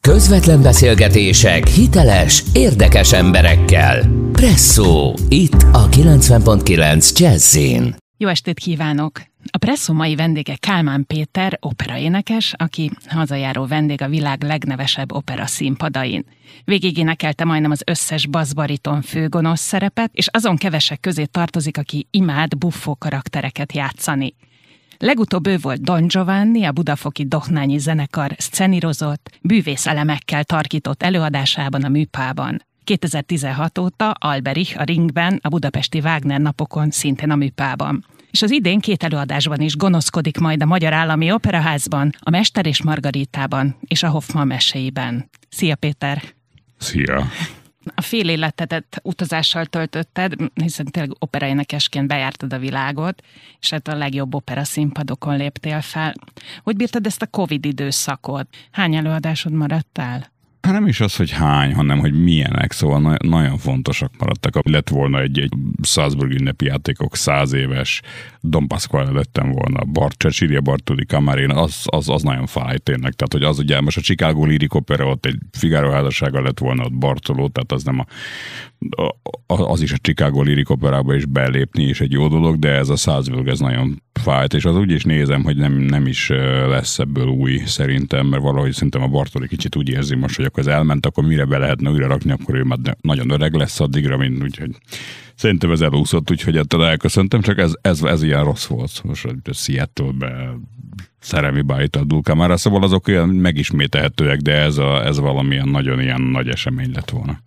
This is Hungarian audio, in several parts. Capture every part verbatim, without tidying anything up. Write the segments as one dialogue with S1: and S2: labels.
S1: Közvetlen beszélgetések hiteles, érdekes emberekkel. Presszó, itt a kilencven pont kilenc Jazzin.
S2: Jó estét kívánok! A Presszó mai vendége Kálmán Péter, operaénekes, aki hazajáró vendég a világ legnevesebb opera színpadain. Végigénekelte majdnem az összes basszbariton főgonosz szerepet, és azon kevesek közé tartozik, aki imád buffó karaktereket játszani. Legutóbb ő volt Don Giovanni, a budafoki Dohnányi zenekar szcenírozott, bűvészelemekkel tarkított előadásában a Műpában. kétezer-tizenhat óta Alberich a Ringben, a budapesti Wagner napokon szintén a Műpában. És az idén két előadásban is gonoszkodik majd a Magyar Állami Operaházban, a Mester és Margaritában és a Hoffmann meséiben. Szia Péter!
S3: Szia!
S2: A fél életedet utazással töltötted, hiszen tényleg operaénekesként bejártad a világot, és hát a legjobb opera színpadokon léptél fel. Hogy bírtad ezt a Covid időszakot? Hány előadásod maradtál?
S3: Hát nem is az, hogy hány, hanem hogy milyenek, szóval na- nagyon fontosak maradtak. Lett volna egy, egy Salzburg ünnepi játékok száz éves, Don Pasquale lettem volna, Bart, Cecilia Bartoli Camarena, az, az, az nagyon fáj tényleg. Tehát, hogy az ugye most a Chicago Lyric Opera, ott egy Figaro házassága lett volna, ott Bartoló, tehát az nem a, a az is a Chicago Lyric Operába is belépni is egy jó dolog, de ez a Salzburg, ez nagyon fájt, és az úgy is nézem, hogy nem, nem is lesz ebből új szerintem, mert valahogy szerintem a Bartoli kicsit úgy érzi most, hogy akkor ez elment, akkor mire be lehetne újra rakni, akkor ő már nagyon öreg lesz addigra, mint úgyhogy szerintem ez elúszott, úgyhogy ettől elköszöntem, csak ez, ez, ez ilyen rossz volt. Most a Seattle-be Szeremi a Dulcamára, szóval azok olyan megismételhetőek, de ez, a, ez valamilyen nagyon ilyen nagy esemény lett volna.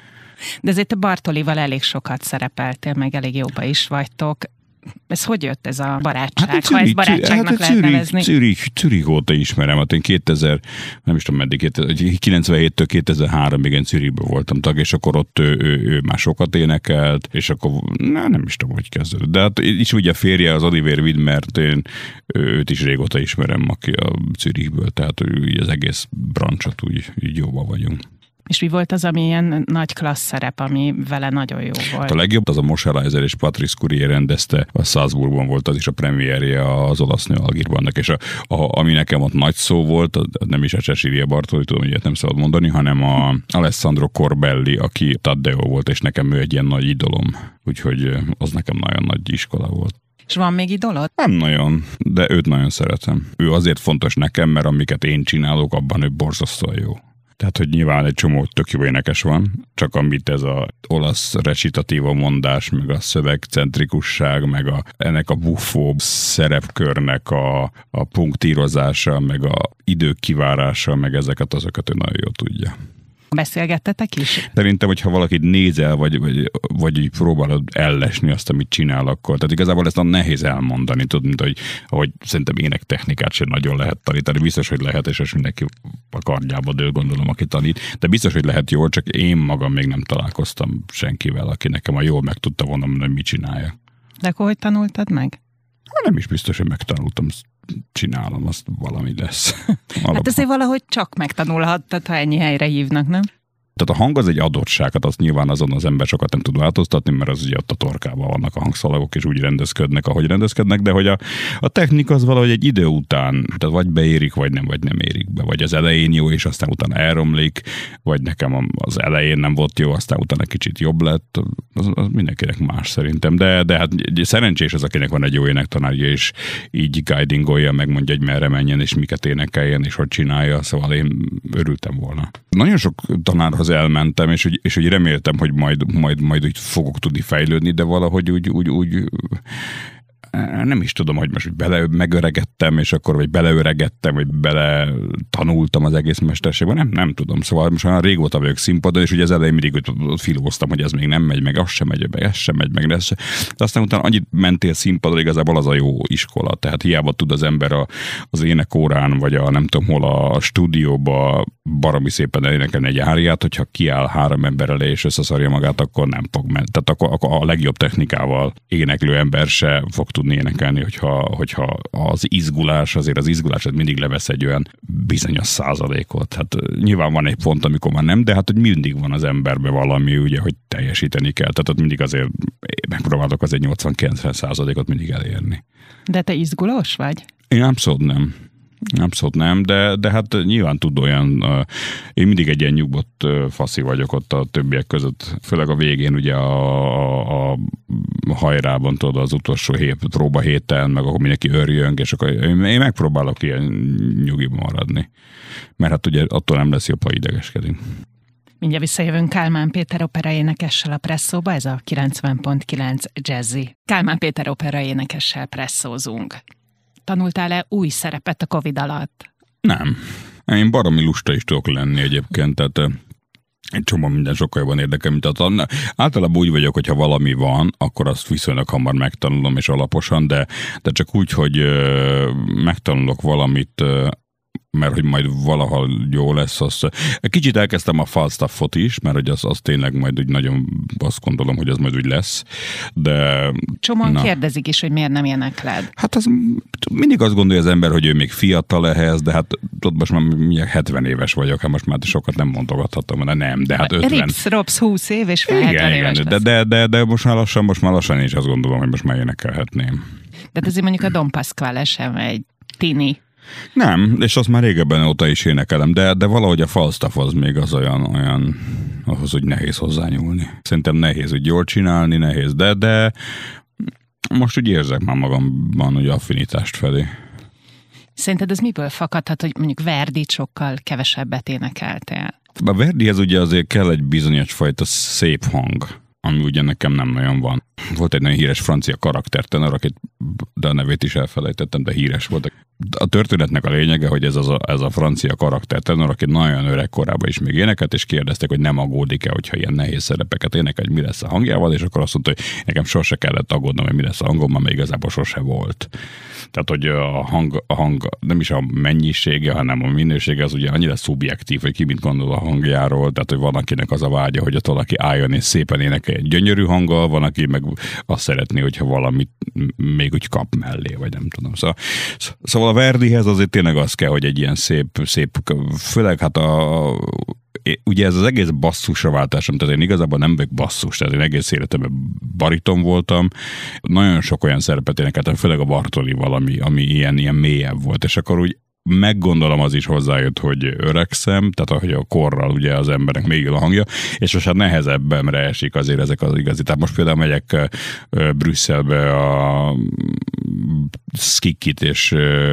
S2: De azért a Bartolival elég sokat szerepeltél, meg elég jóba is vagytok. Ez hogy jött ez a barátság, hát a Zürich, ha ezt barátságnak hát lehet Zürich, nevezni?
S3: Zürich, Zürich óta ismerem, hát én kétezer, nem is tudom meddig, kilencvenhéttől kétezer-háromig én Zürichből voltam tag, és akkor ott ő, ő, ő már sokat énekelt, és akkor na, nem is tudom, hogy kezdődött. De hát is ugye a férje, az Oliver Widmert, én őt is régóta ismerem, aki a Zürichből, tehát ő, az egész brancsot úgy, úgy jóba vagyunk.
S2: És mi volt az, ami ilyen nagy klassz szerep, ami vele nagyon jó volt?
S3: A legjobb az a Moshe és Patrice Curie rendezte, a Salzburgban volt, az is a premierje az Olasznő Algirbannak, és a, a, ami nekem ott nagy szó volt, nem is a Cecilia Bartoli, tudom, hogy ilyet nem szabad mondani, hanem a Alessandro Corbelli, aki Taddeo volt, és nekem ő egy ilyen nagy idolom, úgyhogy az nekem nagyon nagy iskola volt.
S2: És van még idolod?
S3: Nem nagyon, de őt nagyon szeretem. Ő azért fontos nekem, mert amiket én csinálok, abban ő borzasztóan jó. Tehát, hogy nyilván egy csomó tök jó énekes van, csak amit ez az olasz recitatíva mondás, meg a szövegcentrikusság, meg a, ennek a buffó szerepkörnek a, a punktírozása, meg a idők kivárása, meg ezeket azokat ő nagyon jól tudja.
S2: Beszélgettetek is?
S3: Szerintem, hogyha valakit nézel, vagy, vagy, vagy így próbálod ellesni azt, amit csinál, akkor. Tehát igazából ezt nehéz elmondani, tudod, mint hogy, ahogy szerintem énektechnikát sem nagyon lehet tanítani. Biztos, hogy lehet, és most mindenki a kardjába dől, gondolom, aki tanít. De biztos, hogy lehet jól, csak én magam még nem találkoztam senkivel, aki nekem a jól meg tudta volna mondani, hogy mit csinálja.
S2: De akkor hogy tanultad meg?
S3: Nem is biztos, hogy megtanultam. Csinálom, azt valami lesz.
S2: Hát azért valahogy csak megtanulhattad, ha ennyi helyre hívnak, nem?
S3: Tehát a hang az egy adottság, hát azt nyilván azon az ember sokat nem tud változtatni, mert az ugye ott a torkában vannak a hangszalagok, és úgy rendezkednek, ahogy rendezkednek, de hogy a, a technika az valahogy egy idő után, tehát vagy beérik, vagy nem, vagy nem érik be, vagy az elején jó, és aztán utána elromlik, vagy nekem az elején nem volt jó, aztán utána kicsit jobb lett, az, az mindenkinek más szerintem, de, de hát szerencsés az, akinek van egy jó énektanárja, és így guidingolja, megmondja, hogy merre menjen, és miket énekeljen, és hogy csinálja, szóval én örültem volna. Nagyon sok tanárhoz elmentem, és úgy, és úgy reméltem, hogy majd, majd, majd úgy fogok tudni fejlődni, de valahogy úgy, úgy, úgy nem is tudom, hogy most bele megöregettem, és akkor vagy beleöregettem, vagy bele tanultam az egész mesterségben, nem, nem tudom. Szóval most már régóta vagyok színpadon, és ugye az elején mindig filóztam, hogy ez még nem megy, meg az sem megy, meg ez sem megy, meg ez sem. De aztán utána annyit mentél színpadon, igazából az a jó iskola. Tehát hiába tud az ember a, az énekórán, vagy a nem tudom hol a stúdióba baromi szépen elénekelni egy áriát, hogyha kiáll három ember elé és összeszarja magát, akkor nem fog menni. Tehát akkor, akkor a legjobb technikával éneklő ember se fog tudni énekelni, hogyha, hogyha az izgulás, azért az izgulás mindig levesz egy olyan bizonyos százalékot. Hát nyilván van egy pont, amikor már nem, de hát hogy mindig van az emberben valami, ugye, hogy teljesíteni kell. Tehát ott mindig azért megpróbálok az egy nyolcvan-kilencven százalékot mindig elérni.
S2: De te izgulós vagy?
S3: Én abszolút nem. Abszolút nem, de, de hát nyilván tud olyan, én mindig egy ilyen nyugodt faszi vagyok ott a többiek között, főleg a végén ugye a, a hajrában, tudod, az utolsó hét, próba héten, meg akkor mindenki örjönk, és akkor én megpróbálok ilyen nyugiban maradni, mert hát ugye attól nem lesz jobb, ha idegeskedünk.
S2: Mindjárt visszajövünk Kálmán Péter operaénekessel a Presszóba, ez a kilencven pont kilenc Jazzy. Kálmán Péter operaénekessel presszózunk. Tanultál-e új szerepet a Covid alatt?
S3: Nem. Én baromi lusta is tudok lenni egyébként, tehát egy csomó minden sokkal jobban érdekel, mint a általában úgy vagyok, hogyha valami van, akkor azt viszonylag hamar megtanulom és alaposan, de, de csak úgy, hogy ö, megtanulok valamit, ö, mert hogy majd valahol jó lesz, az. Kicsit elkezdtem a Falstaffot is, mert hogy az, az tényleg majd úgy nagyon azt gondolom, hogy az majd úgy lesz, de...
S2: Csomóan na. Kérdezik is, hogy miért nem énekled.
S3: Hát az mindig azt gondolja az ember, hogy ő még fiatal ehhez, de hát tudod, most már hetven éves vagyok, hát most már sokat nem mondogathatom, de nem, de hát ötven.
S2: Rips, Robsz húsz év, és fel hetven
S3: igen,
S2: éves
S3: igen,
S2: lesz.
S3: De, de, de, de most már lassan, most már lassan is azt gondolom, hogy most már énekelhetném.
S2: De azért mondjuk a Don Pasquale sem egy tini.
S3: Nem, és azt már régebben óta is énekelem, de, de valahogy a Falstaff az még az olyan, olyan ahhoz, hogy nehéz hozzányúlni. Szerintem nehéz úgy jól csinálni, nehéz, de, de most úgy érzek már magamban, hogy affinitást felé.
S2: Szerinted ez miből fakadhat, hogy mondjuk Verdit sokkal kevesebbet énekeltél?
S3: A Verdihez ugye azért kell egy bizonyos fajta szép hang, ami ugye nekem nem nagyon van. Volt egy nagyon híres francia karaktertenor, akit, de a nevét is elfelejtettem, de híres volt. A történetnek a lényege, hogy ez, az a, ez a francia karaktertenor, aki nagyon öreg korában is még énekelt, és kérdezték, hogy nem aggódik-e, hogyha ilyen nehéz szerepeket énekel, hogy mi lesz a hangjával, és akkor azt mondta, hogy nekem sose kellett aggódnom, hogy mi lesz a hangom, mert igazából sose volt. Tehát, hogy a hang, a hang nem is a mennyisége, hanem a minősége az ugye annyira szubjektív, hogy ki mit gondol a hangjáról, tehát, hogy van akinek az a vágya, hogy ott valaki álljon és szépen énekel egy gyönyörű hanggal, van, aki meg azt szeretné, hogyha valamit még úgy kap mellé, vagy nem tudom. Szóval, szóval a Verdihez azért tényleg az kell, hogy egy ilyen szép, szép, főleg hát a ugye ez az egész basszusra váltásom, tehát én igazából nem vagyok basszus, tehát én egész életemben bariton voltam, nagyon sok olyan szerepet énekeltem, főleg a Bartoli valami, ami ilyen, ilyen mélyebb volt, és akkor úgy meggondolom, az is hozzájött, hogy öregszem, tehát hogy a korral ugye az emberek még a hangja, és most hát nehezebbenre esik azért ezek az igazi. Tehát most például megyek Brüsszelbe a Skikit és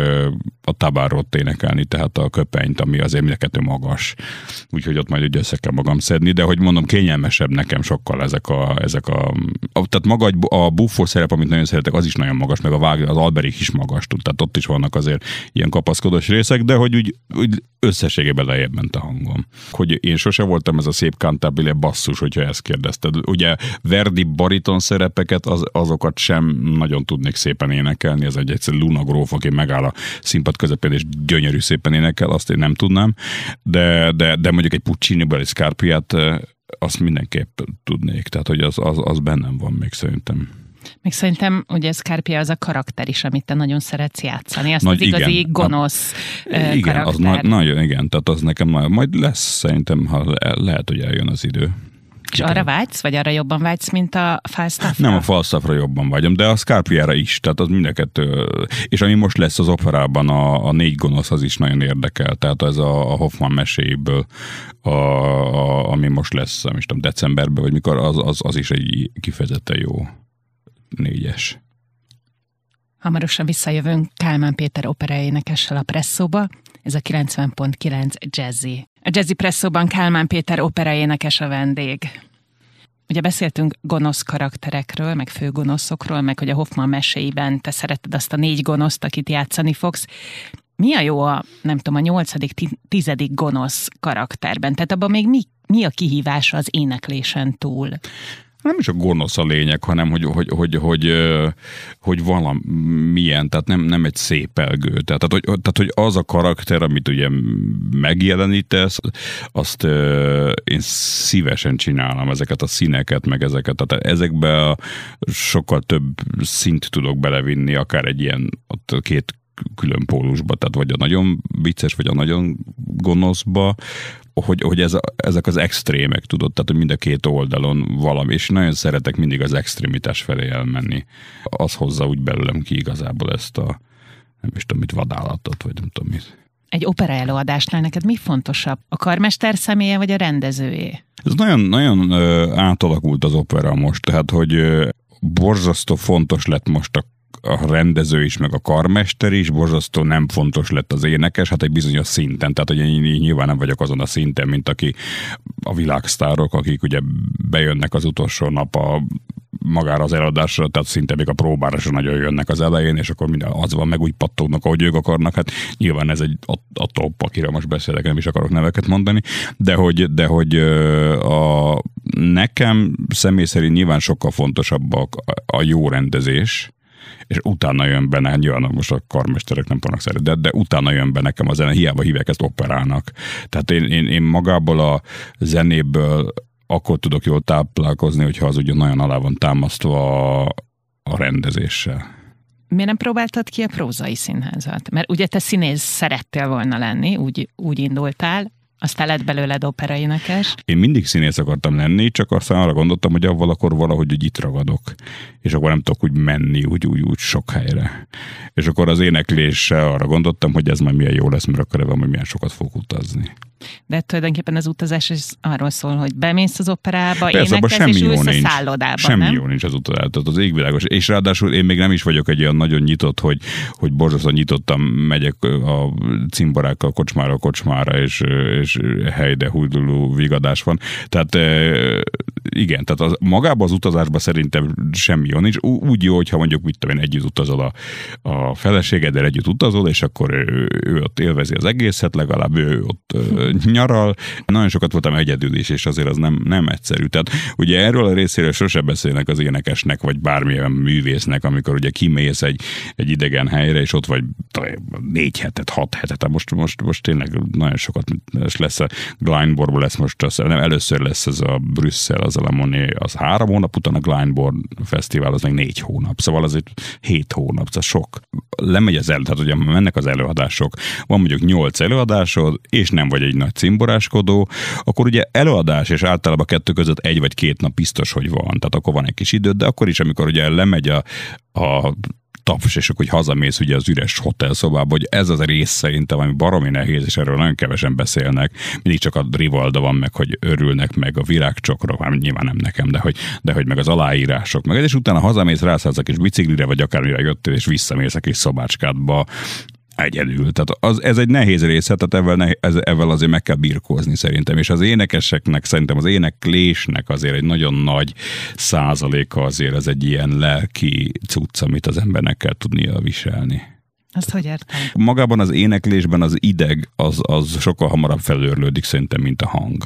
S3: a Tabarot énekelni, tehát a Köpenyt, ami azért mindenkettő magas. Úgyhogy ott majd össze kell magam szedni, de hogy mondom, kényelmesebb nekem sokkal ezek a, ezek a, a tehát maga a Buffo szerep, amit nagyon szeretek, az is nagyon magas, meg a Wagner, az Alberich is magas tud, tehát ott is vannak azért ilyen kapaszkodós részek, de hogy úgy, úgy összességében lejjebb ment a hangom. Hogy én sose voltam ez a szép cantabile basszus, hogyha ezt kérdezted. Ugye Verdi bariton szerepeket, az, azokat sem nagyon tudnék szépen énekelni, ez egy egyszerű Luna gróf, aki megáll a színpad közepén és gyönyörű szépen énekel, azt én nem tudnám, de, de, de mondjuk egy Puccini-ből egy Scarpiát, azt mindenképp tudnék, tehát hogy az, az, az bennem van még szerintem.
S2: Még szerintem ugye Scarpia az a karakter is, amit te nagyon szeretsz játszani. Azt
S3: Nagy,
S2: az igazi
S3: igen.
S2: gonosz
S3: a, igen,
S2: karakter.
S3: Az na, nagyon, igen, tehát az nekem nagyon, majd lesz szerintem, ha le, lehet, hogy eljön az idő.
S2: És igen. Arra vágysz, vagy arra jobban vágysz, mint a Falstaffra?
S3: Nem, a Falstaffra jobban vágyom, de a Scarpiára is, tehát az mindeket, és ami most lesz az operában, a, a négy gonosz, az is nagyon érdekel, tehát ez a, a Hoffmann meséiből, a, a, ami most lesz, nem is tudom, decemberben, vagy mikor, az, az, az is egy kifejezetten jó négyes.
S2: Hamarosan visszajövünk Kálmán Péter operaénekessel a Presszóba, ez a kilencven pont kilenc Jazzy. A Jazzy Presszóban Kálmán Péter operaénekes a vendég. Ugye beszéltünk gonosz karakterekről, meg főgonoszokról, meg hogy a Hoffmann meséiben te szereted azt a négy gonoszt, akit játszani fogsz. Mi a jó a, nem tudom, a nyolcadik, tizedik gonosz karakterben? Tehát abban még mi, mi a kihívása az éneklésen túl?
S3: Nem is a gonosz a lényeg, hanem hogy, hogy, hogy, hogy, hogy valamilyen, tehát nem, nem egy szépelgő. Tehát, hogy, tehát, hogy az a karakter, amit ugye megjelenítesz, azt én szívesen csinálom, ezeket a színeket, meg ezeket. Tehát ezekbe sokkal több szint tudok belevinni, akár egy ilyen ott két külön pólusba, tehát vagy a nagyon vicces, vagy a nagyon gonoszba, hogy, hogy ez a, ezek az extrémek, tudod, tehát mind a két oldalon valami, és nagyon szeretek mindig az extrémitás felé elmenni. Az hozza úgy belőlem ki igazából ezt a, nem is tudom mit, vadállatot, vagy nem tudom mit.
S2: Egy opera előadásnál neked mi fontosabb? A karmester személye, vagy a rendezőjé?
S3: Ez nagyon, nagyon ö, átalakult az opera most, tehát hogy ö, borzasztó fontos lett most a a rendező is, meg a karmester is, borzasztó nem fontos lett az énekes, hát egy bizonyos szinten, tehát hogy én nyilván nem vagyok azon a szinten, mint aki a világsztárok, akik ugye bejönnek az utolsó nap a magára az előadásra, tehát szinte még a próbára sem nagyon jönnek az elején, és akkor minden az van, meg úgy pattognak, ahogy ők akarnak, hát nyilván ez egy a, a top, akiről most beszélek, nem is akarok neveket mondani, de hogy, de hogy a, nekem személy szerint nyilván sokkal fontosabb a, a jó rendezés, és utána jön be, nyilván most a karmesterek nem fognak szeretni, de, de utána jön be nekem a zene, hiába hívják ezt operának. Tehát én, én, én magából a zenéből akkor tudok jól táplálkozni, hogyha az ugye nagyon alá van támasztva a, a rendezéssel.
S2: Miért nem próbáltad ki a prózai színházat? Mert ugye te színész szerettél volna lenni, úgy, úgy indultál, aztán lett belőled operaénekes.
S3: Én mindig színész akartam lenni, csak aztán arra gondoltam, hogy avval akkor valahogy hogy itt ragadok. És akkor nem tudok úgy menni, úgy, úgy, úgy sok helyre. És akkor az énekléssel arra gondoltam, hogy ez majd milyen jó lesz, mert akkor ebben milyen sokat fogok utazni.
S2: De tulajdonképpen az utazás is arról szól, hogy bemész az operába,
S3: persze,
S2: énekelsz, és ülsz a szállodában,
S3: semmi
S2: nem?
S3: jó nincs az utazás, tehát az égvilágos. És ráadásul én még nem is vagyok egy olyan nagyon nyitott, hogy, hogy borzasztóan nyitottan megyek a cimborákkal kocsmára kocsmára, és, és helyde hújduló vigadás van. Tehát igen, tehát az, magában az utazásban szerintem semmi jó nincs. Úgy jó, hogyha mondjuk mit tudom én, együtt utazol a, a feleségeddel, együtt utazol, és akkor ő, ő ott élvezi az egészet, legalább ő ott nyaral. Nagyon sokat voltam egyedül is, és azért az nem, nem egyszerű. Tehát ugye erről a részéről sose beszélnek az énekesnek, vagy bármilyen művésznek, amikor ugye kimész egy, egy idegen helyre, és ott vagy négy hetet, hat hetet. Most, most, most tényleg nagyon sokat lesz a Glyndebourne, lesz most, az, nem, először lesz ez a Brüsszel, az a Lamoné, az három hónap, utána a Glyndebourne fesztivál, az meg négy hónap. Szóval az egy hét hónap, ez sok. Lemegy az el, tehát ugye mennek az előadások, van mondjuk nyolc előadásod, és nem vagy egy nagy cimboráskodó, akkor ugye előadás és általában kettő között egy vagy két nap biztos, hogy van. Tehát akkor van egy kis időd, de akkor is, amikor ugye lemegy a, a taps, és akkor hogy hazamész ugye az üres hotelszobába, hogy ez az a rész szerintem, ami baromi nehéz, és erről nagyon kevesen beszélnek. Mindig csak a rivalda van meg, hogy örülnek meg a virágcsokrok, már nyilván nem nekem, de hogy, de hogy meg az aláírások, meg és utána hazamész, rászállsz a kis biciklire, vagy akármire jöttél, és visszamész a kis szobácskádba egyedül. Tehát az, ez egy nehéz része, tehát ezzel, ez, ezzel azért meg kell birkózni szerintem, és az énekeseknek, szerintem az éneklésnek azért egy nagyon nagy százaléka azért ez egy ilyen lelki cucc, amit az embernek kell tudnia viselni.
S2: Azt hogy értem?
S3: Magában az éneklésben az ideg az, az sokkal hamarabb felőrlődik szerintem, mint a hang.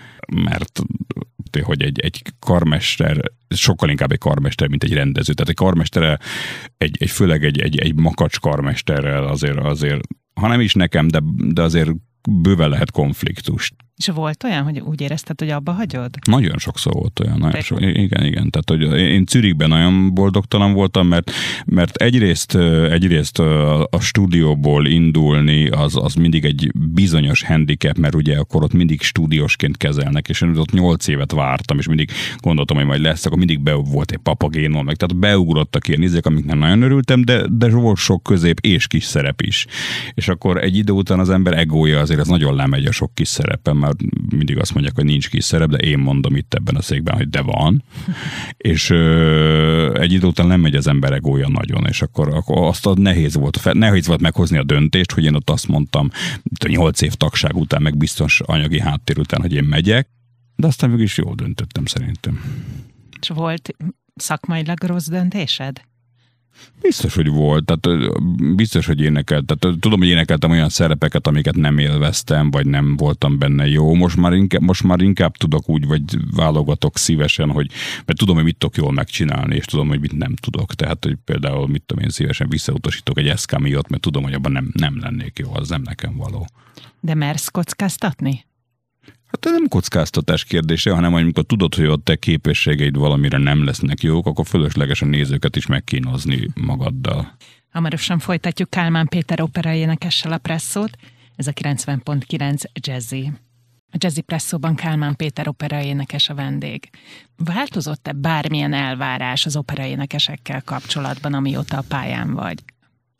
S3: Mert hogy egy, egy karmester, sokkal inkább egy karmester, mint egy rendező. Tehát egy karmesterrel, egy, egy, főleg egy, egy, egy makacs karmesterrel azért, azért, ha nem is nekem, de, de azért bőven lehet konfliktus.
S2: És volt olyan, hogy úgy érezted, hogy abba hagyod?
S3: Nagyon sokszor volt olyan. Nagyon so, igen, igen. Tehát, hogy én Zürichben nagyon boldogtalan voltam, mert, mert egyrészt, egyrészt a, a stúdióból indulni az, az mindig egy bizonyos handicap, mert ugye akkor ott mindig stúdiósként kezelnek, és én ott nyolc évet vártam, és mindig gondoltam, hogy majd lesz, akkor mindig be volt egy papagénon, meg tehát beugrottak ilyen izék, amiknek nagyon örültem, de, de volt sok közép és kis szerep is. És akkor egy idő után az ember egója azért az nagyon lemegy a sok kis szerepen, már mindig azt mondják, hogy nincs kis szerep, de én mondom itt ebben a székben, hogy de van. És ö, egy idő után nem megy az ember egója nagyon, és akkor, akkor azt nehéz volt, nehéz volt meghozni a döntést, hogy én ott azt mondtam, a nyolc év tagság után, meg biztos anyagi háttér után, hogy én megyek, de aztán mégis jól döntöttem szerintem.
S2: És volt szakmailag rossz döntésed?
S3: Biztos, hogy volt. Tehát biztos, hogy énekeltem. Tehát, tudom, hogy énekeltem olyan szerepeket, amiket nem élveztem, vagy nem voltam benne jó. Most már inkább, most már inkább tudok úgy, vagy válogatok szívesen, hogy, mert tudom, hogy mit tudok jól megcsinálni, és tudom, hogy mit nem tudok. Tehát, hogy például, mit tudom én, szívesen visszautasítok egy eszkámiót, mert tudom, hogy abban nem, nem lennék jó, az nem nekem való.
S2: De mersz kockáztatni?
S3: Hát ez nem kockáztatás kérdése, hanem amikor tudod, hogy a te képességeid valamire nem lesznek jók, akkor fölösleges a nézőket is megkínozni magaddal.
S2: Hamarosan folytatjuk Kálmán Péter operaénekessel a Presszót. Ez a kilencven pont kilenc Jazzy. A Jazzy Presszóban Kálmán Péter operaénekes a vendég. Változott-e bármilyen elvárás az operaénekesekkel kapcsolatban, amióta a pályán vagy?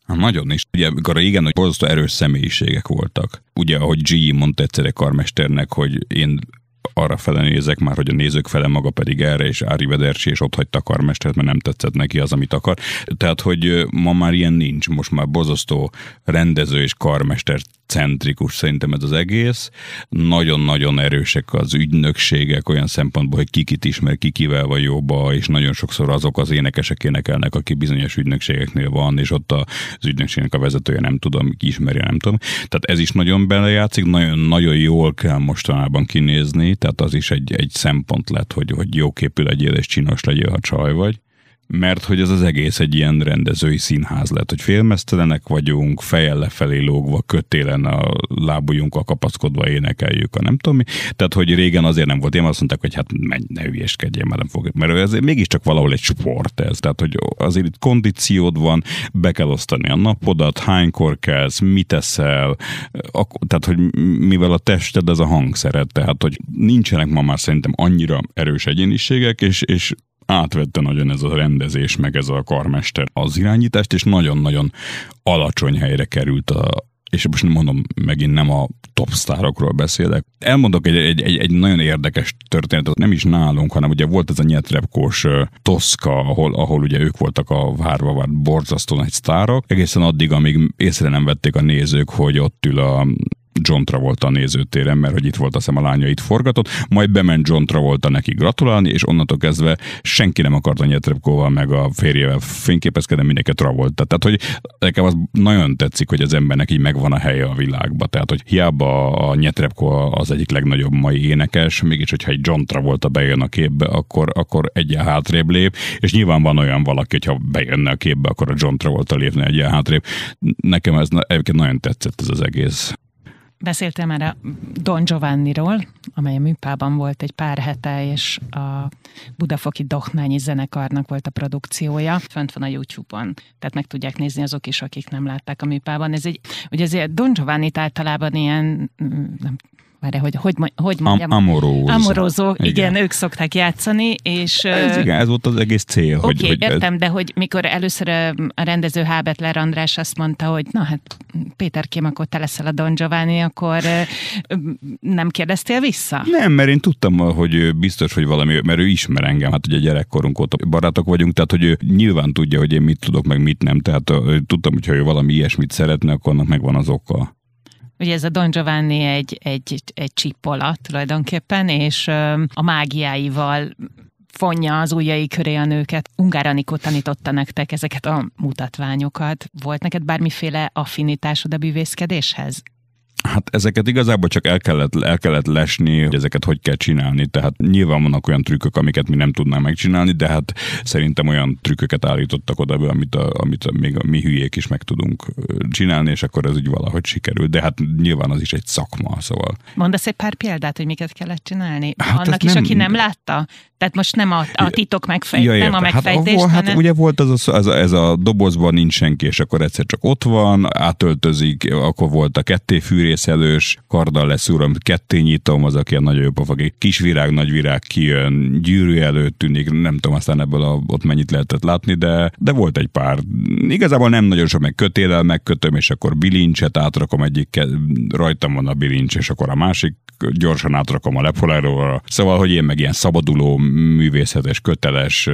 S3: Nagyon is. Ugye, amikor régen, hogy borzasztó erős személyiségek voltak. Ugye, ahogy G. mondta egyszer egy karmesternek, hogy én arra fele nézek már, hogy a nézők fele, maga pedig erre, és Arrivederci, és ott hagyta a karmestert, mert nem tetszett neki az, amit akar. Tehát, hogy ma már ilyen nincs. Most már borzasztó rendező és karmester centrikus szerintem ez az egész. Nagyon-nagyon erősek az ügynökségek olyan szempontból, hogy kikit ismer, kikivel van jóba, és nagyon sokszor azok az énekesek énekelnek, aki bizonyos ügynökségeknél van, és ott az ügynökségnek a vezetője nem tudom, ki ismeri, nem tudom. Tehát ez is nagyon belejátszik, nagyon, nagyon jól kell mostanában kinézni, tehát az is egy, egy szempont lett, hogy, hogy jóképű legyél és csinos legyél, ha csaj vagy. Mert hogy ez az egész egy ilyen rendezői színház lett, hogy félmeztelenek vagyunk, fejjel lefelé lógva, kötélen a lábujjunkkal kapaszkodva énekeljük, a nem tudom mi. Tehát, hogy régen azért nem volt, én azt mondták, hogy hát menj, ne hülyéskedjél, már nem fog. Mert ez mégiscsak valahol egy sport ez. Tehát, hogy azért itt kondíciód van, be kell osztani a napodat, hánykor kelsz, mit eszel, tehát, hogy mivel a tested ez a hangszeret, tehát, hogy nincsenek ma már szerintem annyira erős egyéniségek, és, és átvette nagyon ez a rendezés, meg ez a karmester az irányítást, és nagyon-nagyon alacsony helyre került a, és most mondom, megint nem a top sztárokról beszélek. Elmondok egy, egy, egy, egy nagyon érdekes történetet, nem is nálunk, hanem ugye volt ez a Nyetrepkós uh, Toszka, ahol, ahol ugye ők voltak a várva várt borzasztó nagy sztárok, egészen addig, amíg észre nem vették a nézők, hogy ott ül a John Travolta a nézőtéren, mert hogy itt volt, azt hiszem, a lánya itt forgatott, majd bement John Travolta neki gratulálni, és onnantól kezdve senki nem akart a Nyetrepkóval meg a férjével fényképezkedni, mindenki Travolta. Tehát, hogy nekem az nagyon tetszik, hogy az embernek így megvan a helye a világban. Tehát, hogy hiába a Nyetrepkó az egyik legnagyobb mai énekes, mégis, hogyha egy John Travolta bejön a képbe, akkor, akkor egyen hátrébb lép, és nyilván van olyan valaki, hogyha bejönne a képbe, akkor a John Travolta lépne egyen hátrébb. Nekem ez egyébként nagyon tetszett ez az egész.
S2: Beszéltél már a Don Giovanniról, amely a Műpában volt egy pár hete, és a Budafoki Dohnányi Zenekarnak volt a produkciója. Fönt van a YouTube-on, tehát meg tudják nézni azok is, akik nem látták a Műpában. Ez egy, ugye azért Don Giovannit általában ilyen, nem Várj, hogy, hogy, hogy mondjam?
S3: Am- amoróz.
S2: Amorózó, igen. igen, ők szokták játszani, és...
S3: Ez, igen, ez volt az egész cél.
S2: Oké, okay,
S3: hogy,
S2: értem,
S3: ez...
S2: de hogy mikor először a rendező Hábetler András azt mondta, hogy na hát Péterkém, akkor te leszel a Don Giovanni, akkor nem kérdeztél vissza? Nem,
S3: mert én tudtam, hogy biztos, hogy valami, mert ő ismer engem, hát ugye gyerekkorunk óta barátok vagyunk, tehát hogy ő nyilván tudja, hogy én mit tudok, meg mit nem, tehát tudtam, hogy ha ő valami ilyesmit szeretne, akkor annak megvan az oka.
S2: Ugye ez a Don Giovanni egy, egy, egy csippola tulajdonképpen, és a mágiáival fonja az ujjai köré a nőket. Ungár Anikó tanította nektek ezeket a mutatványokat. Volt neked bármiféle affinitásod a bűvészkedéshez?
S3: Hát ezeket igazából csak el kellett, el kellett lesni, hogy ezeket hogy kell csinálni. Tehát nyilván vannak olyan trükkök, amiket mi nem tudnánk megcsinálni, de hát szerintem olyan trükköket állítottak oda, amit, a, amit a, még a mi hülyék is meg tudunk csinálni, és akkor ez úgy valahogy sikerül. De hát nyilván az is egy szakma, szóval.
S2: Mondasz egy pár példát, hogy miket kellett csinálni?
S3: Hát
S2: annak is,
S3: nem...
S2: aki nem látta? Tehát most nem a, a titok megfejtés, ja, nem a megfejtés,
S3: hát,
S2: hanem...
S3: Hát ugye volt az a, ez, a, ez a dobozban nincs senki, és akkor egyszer csak ott van, átöltözik, akkor volt a kettéfűrészelős, karddal leszúrom, ketté nyitom, az, aki a nagyon jó pofak, kis virág, nagy virág kijön, gyűrű előtt tűnik, nem tudom aztán ebből a, ott mennyit lehetett látni, de, de volt egy pár. Igazából nem nagyon sok, meg kötéllel megkötöm, és akkor bilincset átrakom, egyik rajtam van a bilincs, és akkor a másik gyorsan átrakom a lepolárról. Szóval, hogy én meg ilyen szabaduló, művészetes, köteles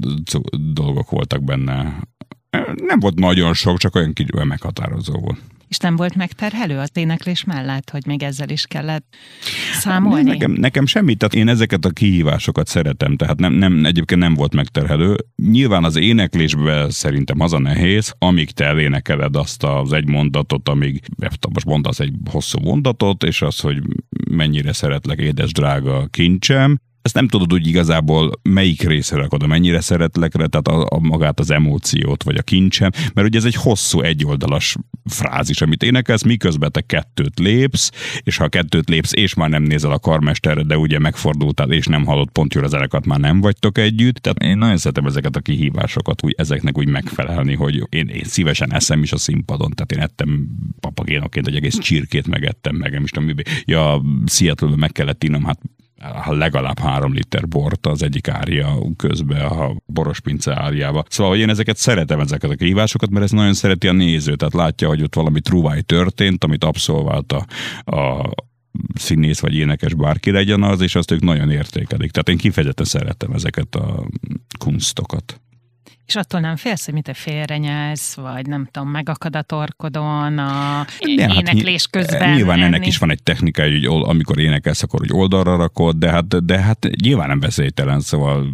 S3: dolgok voltak benne. Nem volt nagyon sok, csak olyan kicsit meghatározó volt.
S2: És nem volt megterhelő az éneklés mellett, hogy még ezzel is kellett számolni?
S3: Nekem, nekem semmi, tehát én ezeket a kihívásokat szeretem, tehát nem, nem, egyébként nem volt megterhelő. Nyilván az éneklésben szerintem az a nehéz, amíg te elénekeled azt az egy mondatot, amíg most mondasz egy hosszú mondatot, és az, hogy mennyire szeretlek, édes drága kincsem, ezt nem tudod úgy igazából melyik részre rakod, mennyire szeretlekre, tehát a, a magát az emóciót, vagy a kincsem, mert ugye ez egy hosszú egyoldalas frázis, amit énekelsz, miközben te kettőt lépsz, és ha kettőt lépsz, és már nem nézel a karmesterre, de ugye megfordultál, és nem hallott pont jól az zenekart, már nem vagytok együtt. Tehát én nagyon szeretem ezeket a kihívásokat, úgy, ezeknek úgy megfelelni, hogy én, én szívesen eszem is a színpadon, tehát én ettem papagénoként egy egész csirkét megettem meg, nem is tudom, ja, Seattle-ben meg kellett innom, hát legalább három liter bort az egyik ária közben a borospince áriába. Szóval, hogy én ezeket szeretem, ezeket a kihívásokat, mert ez nagyon szereti a néző, tehát látja, hogy ott valami truváj történt, amit abszolvált a, a színész vagy énekes, bárki legyen az, és azt ők nagyon értékelik. Tehát én kifejezetten szeretem ezeket a kunstokat.
S2: És attól nem félsz, hogy mit te félrenyelsz, vagy nem tudom, megakad a torkodon, a ja, éneklés hát, közben.
S3: Nyilván ennek is van egy technika, hogy amikor énekelsz, akkor hogy oldalra rakod, de hát, de hát nyilván nem veszélytelen, szóval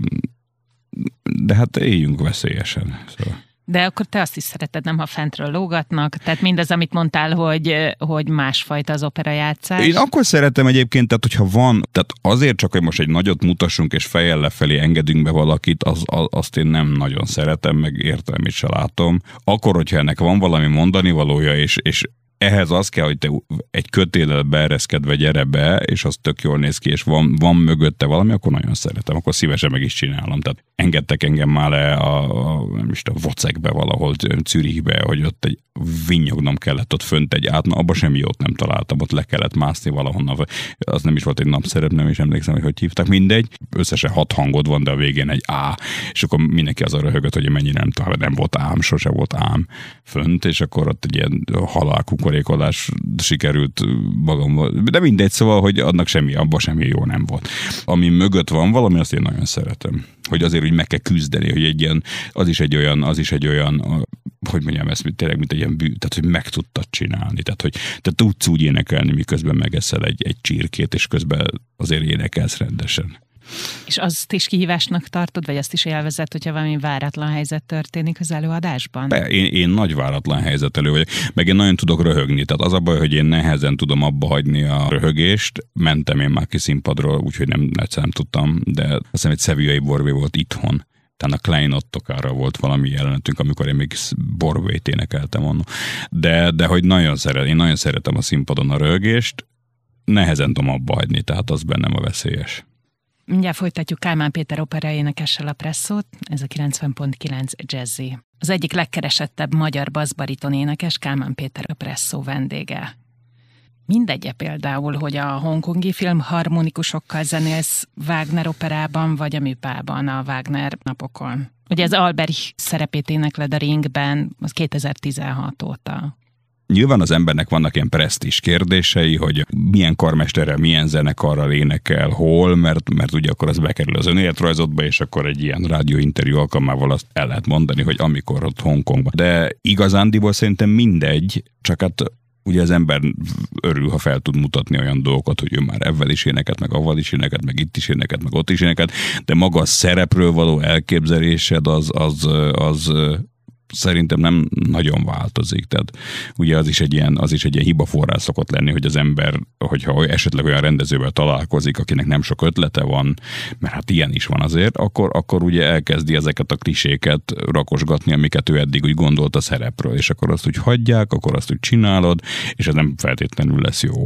S3: de hát éljünk veszélyesen. Szóval.
S2: De akkor te azt is szereted, nem, ha fentről lógatnak? Tehát mindaz, amit mondtál, hogy, hogy másfajta az operajátszás?
S3: Én akkor szeretem egyébként, tehát hogyha van, tehát azért csak, hogy most egy nagyot mutassunk, és fejjel lefelé engedünk be valakit, az, az, azt én nem nagyon szeretem, meg értelmét se látom. Akkor, hogyha ennek van valami mondani valója, és, és ehhez az kell, hogy te egy kötéllel beereszkedve gyere be, és az tök jól néz ki, és van, van mögötte valami, akkor nagyon szeretem, akkor szívesen meg is csinálom. Tehát engedtek engem már le a, a, nem is a Vocekbe valahol Zürichbe, hogy ott egy vinnyognom kellett ott fönt egy át, na abban semmi jót nem találtam, ott le kellett mászni valahonnan. Az nem is volt egy napszerep, nem is emlékszem, hogy hogy hívták, mindegy. Összesen hat hangod van, de a végén egy A, és akkor mindenki azon röhögött, hogy mennyire nem talál, nem volt ám, sose volt ám fönt, és akkor ott egy ilyen halálkukorékolás sikerült magammal. De mindegy, szóval, hogy annak semmi, abban semmi jó nem volt. Ami mögött van valami, azt én nagyon szeretem. Hogy azért úgy meg kell küzdeni, hogy egy ilyen, az is egy olyan, az is egy olyan, hogy mondjam ezt, tényleg, mint egy ilyen bű, tehát, hogy meg tudtad csinálni, tehát, hogy te tudsz úgy énekelni, miközben megeszel egy, egy csirkét, és közben azért énekelsz rendesen.
S2: És azt is kihívásnak tartod, vagy azt is élvezed, hogyha valami váratlan helyzet történik az előadásban?
S3: Be, én, én nagy váratlan helyzet elő vagyok, meg én nagyon tudok röhögni, tehát az a baj, hogy én nehezen tudom abba hagyni a röhögést. Mentem én már ki színpadról, úgyhogy nem, nem tudtam, de azt hiszem egy Sevillai Borvé volt itthon. Tehát a Klein Ottokára volt valami jelenetünk, amikor én még Borvét énekeltem onnan. De, de hogy nagyon szeret, én nagyon szeretem a színpadon a röhögést, nehezen tudom abba hagyni, tehát az bennem a veszélyes.
S2: Mindjárt folytatjuk Kálmán Péter operaénekessel a Presszót, ez a kilencven pont kilenc Jazzy. Az egyik legkeresettebb magyar basszbariton énekes Kálmán Péter a Presszó vendége. Mindegye például, hogy a hongkongi filmharmonikusokkal zenélsz Wagner operában, vagy a műpában a Wagner napokon. Ugye az Alberich szerepét énekled a Ringben, az kétezer-tizenhat óta.
S3: Nyilván az embernek vannak ilyen presztízs kérdései, hogy milyen karmesterrel, milyen zenekarral énekel, hol, mert, mert ugye akkor az bekerül az önéletrajzodba, és akkor egy ilyen rádióinterjú alkalmával azt el lehet mondani, hogy amikor ott Hongkongban. De igazándiból szerintem mindegy, csak hát ugye az ember örül, ha fel tud mutatni olyan dolgokat, hogy ő már ebben is énekelt, meg avval is énekelt, meg itt is énekelt, meg ott is énekelt, de maga a szerepről való elképzelésed az, az, az szerintem nem nagyon változik. Tehát ugye az is egy ilyen, az is egy ilyen hibaforrás szokott lenni, hogy az ember, hogyha esetleg olyan rendezővel találkozik, akinek nem sok ötlete van, mert hát ilyen is van azért, akkor, akkor ugye elkezdi ezeket a kliséket rakosgatni, amiket ő eddig úgy gondolt a szerepről, és akkor azt úgy hagyják, akkor azt úgy csinálod, és ez nem feltétlenül lesz jó.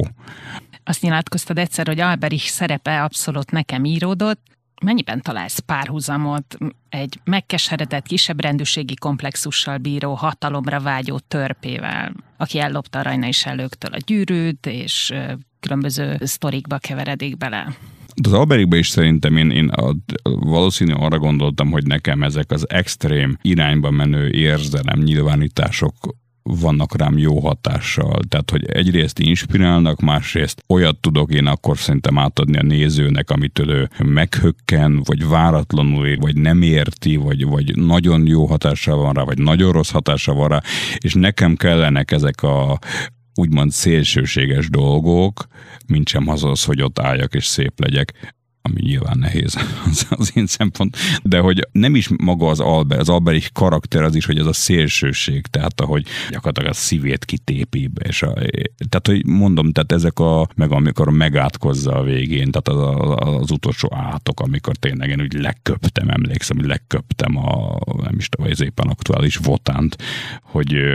S2: Azt nyilatkoztad egyszer, hogy Alberich szerepe abszolút nekem íródott. Mennyiben találsz párhuzamot egy megkeseredett, kisebb rendűségi komplexussal bíró, hatalomra vágyó törpével, aki ellopta a rajnai sellőktől a gyűrűt, és különböző sztorikba keveredik bele?
S3: Az Alberichben is szerintem én, én a, valószínű arra gondoltam, hogy nekem ezek az extrém irányba menő érzelem nyilvánítások vannak rám jó hatással. Tehát, hogy egyrészt inspirálnak, másrészt olyat tudok én akkor szerintem átadni a nézőnek, amitől ő meghökken, vagy váratlanul ér, vagy nem érti, vagy, vagy nagyon jó hatással van rá, vagy nagyon rossz hatással van rá, és nekem kellenek ezek a úgymond szélsőséges dolgok, mint sem az az, hogy ott álljak és szép legyek, ami nyilván nehéz az, az én szempont, de hogy nem is maga az Albert, az Alberich karakter az is, hogy ez a szélsőség, tehát ahogy gyakorlatilag a szívét kitépi be, és a, tehát hogy mondom, tehát ezek a, meg amikor megátkozza a végén, tehát az, az utolsó átok, amikor tényleg én úgy leköptem, emlékszem, hogy leköptem a, nem is tudom, az éppen aktuális Votánt, hogy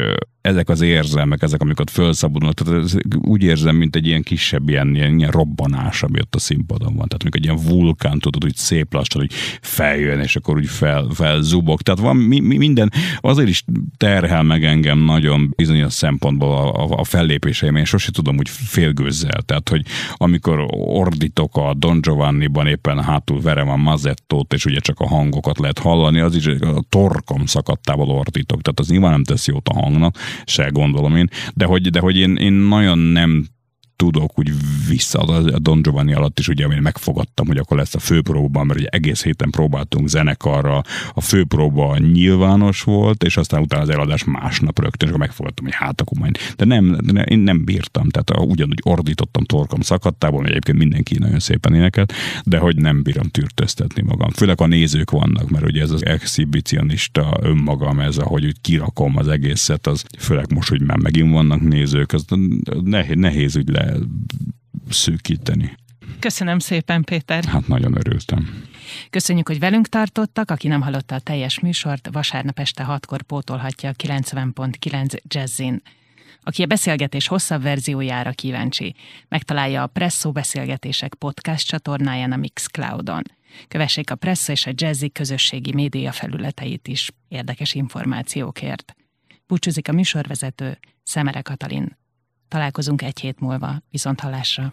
S3: ezek az érzelmek, ezek, amikor felszabadulnak, tehát ez, úgy érzem, mint egy ilyen kisebb ilyen, ilyen, ilyen robbanás, ami ott a színpadon van. Tehát amikor egy ilyen vulkán, tudod, úgy szép lassan, hogy feljön, és akkor úgy fel, felzubog. Tehát van mi, mi, minden, azért is terhel meg engem nagyon bizonyos szempontból a, a, a fellépéseim. Én sosem tudom úgy félgőzzel. Tehát, hogy amikor ordítok a Don Giovanniban, éppen hátul verem a Mazzettót, és ugye csak a hangokat lehet hallani, az is a torkom szakadtából ordítok. Tehát az nyilván nem tesz jót a hangnak, se gondolom én, de hogy, de hogy én, én nagyon nem tudok úgy vissza, a Don Giovanni alatt is ugye én megfogadtam, hogy akkor lesz a főpróba, mert ugye egész héten próbáltunk zenekarra, a főpróba nyilvános volt, és aztán utána az eladás másnap rögtön, és akkor megfogadtam, hogy hát akkor majd. De nem, de én nem bírtam, tehát ugyanúgy ordítottam torkom szakadtából, egyébként mindenki nagyon szépen énekelt, de hogy nem bírom tűrtöztetni magam. Főleg a nézők vannak, mert ugye ez az exhibicionista önmagam, ez ahogy úgy kirakom az egészet, az főleg most, hogy már megint vannak nézők, az nehéz, nehéz úgy le szűkíteni.
S2: Köszönöm szépen, Péter.
S3: Hát nagyon örültem.
S2: Köszönjük, hogy velünk tartottak. Aki nem hallotta a teljes műsort, vasárnap este hatkor pótolhatja a kilencven pont kilenc Jazzin. Aki a beszélgetés hosszabb verziójára kíváncsi, megtalálja a Presszó Beszélgetések podcast csatornáján a Mixcloudon. Kövessék a Presszó és a Jazzy közösségi média felületeit is érdekes információkért. Búcsúzik a műsorvezető, Szemere Katalin. Találkozunk egy hét múlva. Viszonthallásra!